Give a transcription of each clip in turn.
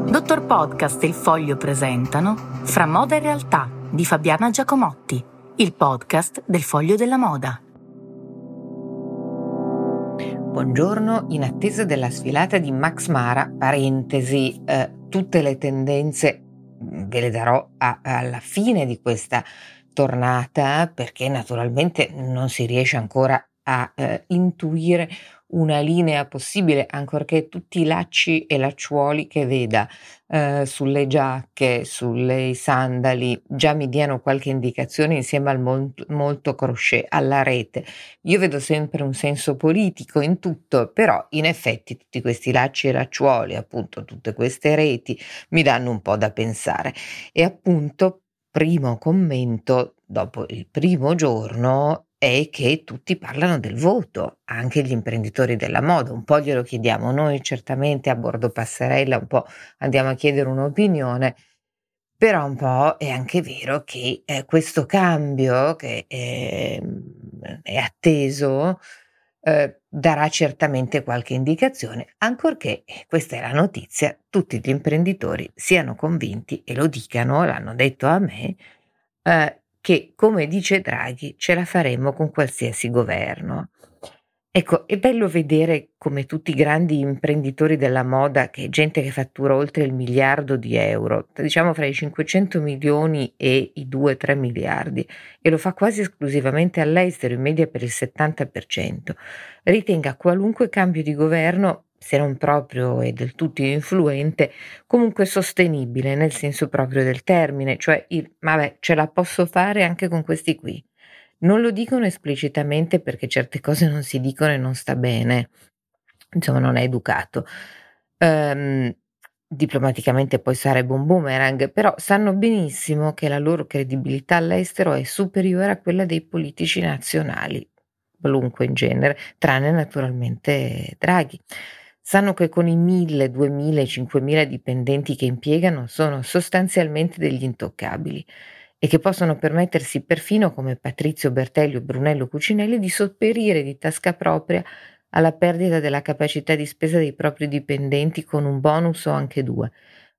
Dottor Podcast e Il Foglio presentano Fra moda e realtà di Fabiana Giacomotti, il podcast del Foglio della Moda. Buongiorno, in attesa della sfilata di Max Mara, tutte le tendenze ve le darò alla fine di questa tornata, perché naturalmente non si riesce ancora a intuire una linea possibile, ancorché tutti i lacci e lacciuoli che veda sulle giacche, sulle sandali già mi diano qualche indicazione insieme al molto crochet, alla rete. Io vedo sempre un senso politico in tutto, però in effetti tutti questi lacci e lacciuoli, appunto tutte queste reti mi danno un po' da pensare. E appunto, primo commento dopo il primo giorno è che tutti parlano del voto, anche gli imprenditori della moda. Un po' glielo chiediamo noi certamente a bordo passerella, un po' andiamo a chiedere un'opinione, però un po' è anche vero che questo cambio che è atteso darà certamente qualche indicazione, ancorché, questa è la notizia, tutti gli imprenditori siano convinti e lo dicano, l'hanno detto a me, che come dice Draghi ce la faremo con qualsiasi governo. Ecco, è bello vedere come tutti i grandi imprenditori della moda, che è gente che fattura oltre il miliardo di euro, diciamo fra i 500 milioni e i 2-3 miliardi, e lo fa quasi esclusivamente all'estero, in media per il 70%, ritenga qualunque cambio di governo, se non proprio e del tutto influente, comunque sostenibile nel senso proprio del termine, cioè vabbè, ce la posso fare anche con questi qui. Non lo dicono esplicitamente perché certe cose non si dicono e non sta bene, insomma non è educato. Diplomaticamente poi sarebbe un boomerang, però sanno benissimo che la loro credibilità all'estero è superiore a quella dei politici nazionali, qualunque in genere, tranne naturalmente Draghi. Sanno che con i 1000, 2000, 5000 dipendenti che impiegano sono sostanzialmente degli intoccabili e che possono permettersi perfino, come Patrizio Bertelli o Brunello Cucinelli, di sopperire di tasca propria alla perdita della capacità di spesa dei propri dipendenti con un bonus o anche 2.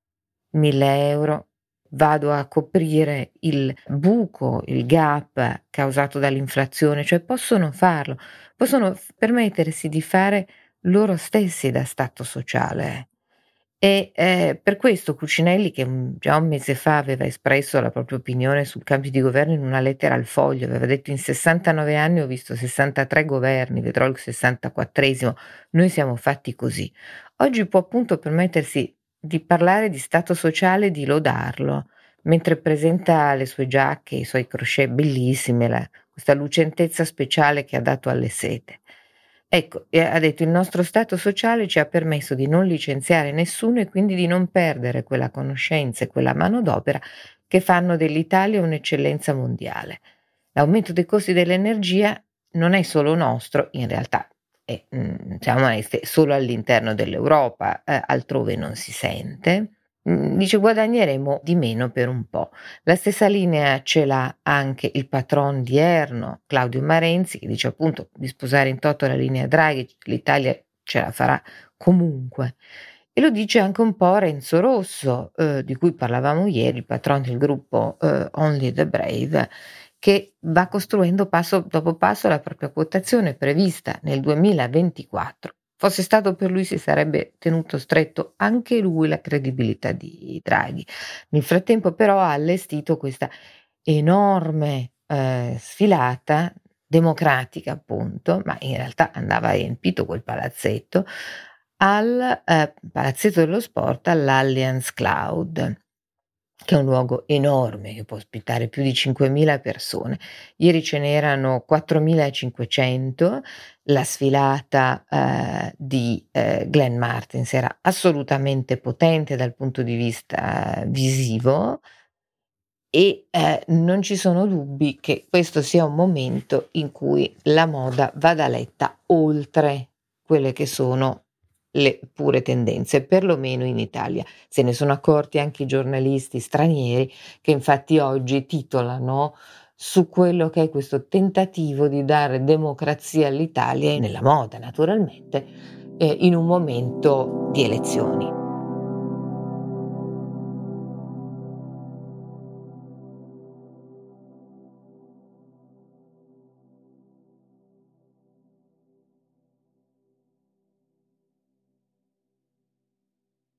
1.000 euro, vado a coprire il buco, il gap causato dall'inflazione, cioè possono farlo, possono permettersi di fare loro stessi da stato sociale. E per questo Cucinelli, che già un mese fa aveva espresso la propria opinione sul cambio di governo in una lettera al Foglio, aveva detto: in 69 anni ho visto 63 governi, vedrò il 64esimo, noi siamo fatti così. Oggi può appunto permettersi di parlare di stato sociale e di lodarlo, mentre presenta le sue giacche, i suoi crochet bellissime, questa lucentezza speciale che ha dato alle sete. Ecco, ha detto: "Il nostro stato sociale ci ha permesso di non licenziare nessuno e quindi di non perdere quella conoscenza e quella manodopera che fanno dell'Italia un'eccellenza mondiale. L'aumento dei costi dell'energia non è solo nostro, in realtà è, siamo onesti, solo all'interno dell'Europa, altrove non si sente. Dice: guadagneremo di meno per un po'. La stessa linea ce l'ha anche il patron di Erno, Claudio Marenzi, che dice appunto di sposare in toto la linea Draghi, l'Italia ce la farà comunque. E lo dice anche un po' Renzo Rosso, di cui parlavamo ieri, il patron del gruppo Only the Brave, che va costruendo passo dopo passo la propria quotazione prevista nel 2024. Fosse stato per lui si sarebbe tenuto stretto anche lui la credibilità di Draghi. Nel frattempo però ha allestito questa enorme sfilata democratica appunto, ma in realtà andava riempito quel palazzetto, al Palazzetto dello Sport, all'Allianz Cloud, che è un luogo enorme che può ospitare più di 5.000 persone. Ieri ce n'erano 4.500, la sfilata di Glenn Martens era assolutamente potente dal punto di vista visivo e non ci sono dubbi che questo sia un momento in cui la moda vada letta oltre quelle che sono le pure tendenze, perlomeno in Italia. Se ne sono accorti anche i giornalisti stranieri, che infatti oggi titolano su quello che è questo tentativo di dare democrazia all'Italia e nella moda naturalmente, in un momento di elezioni.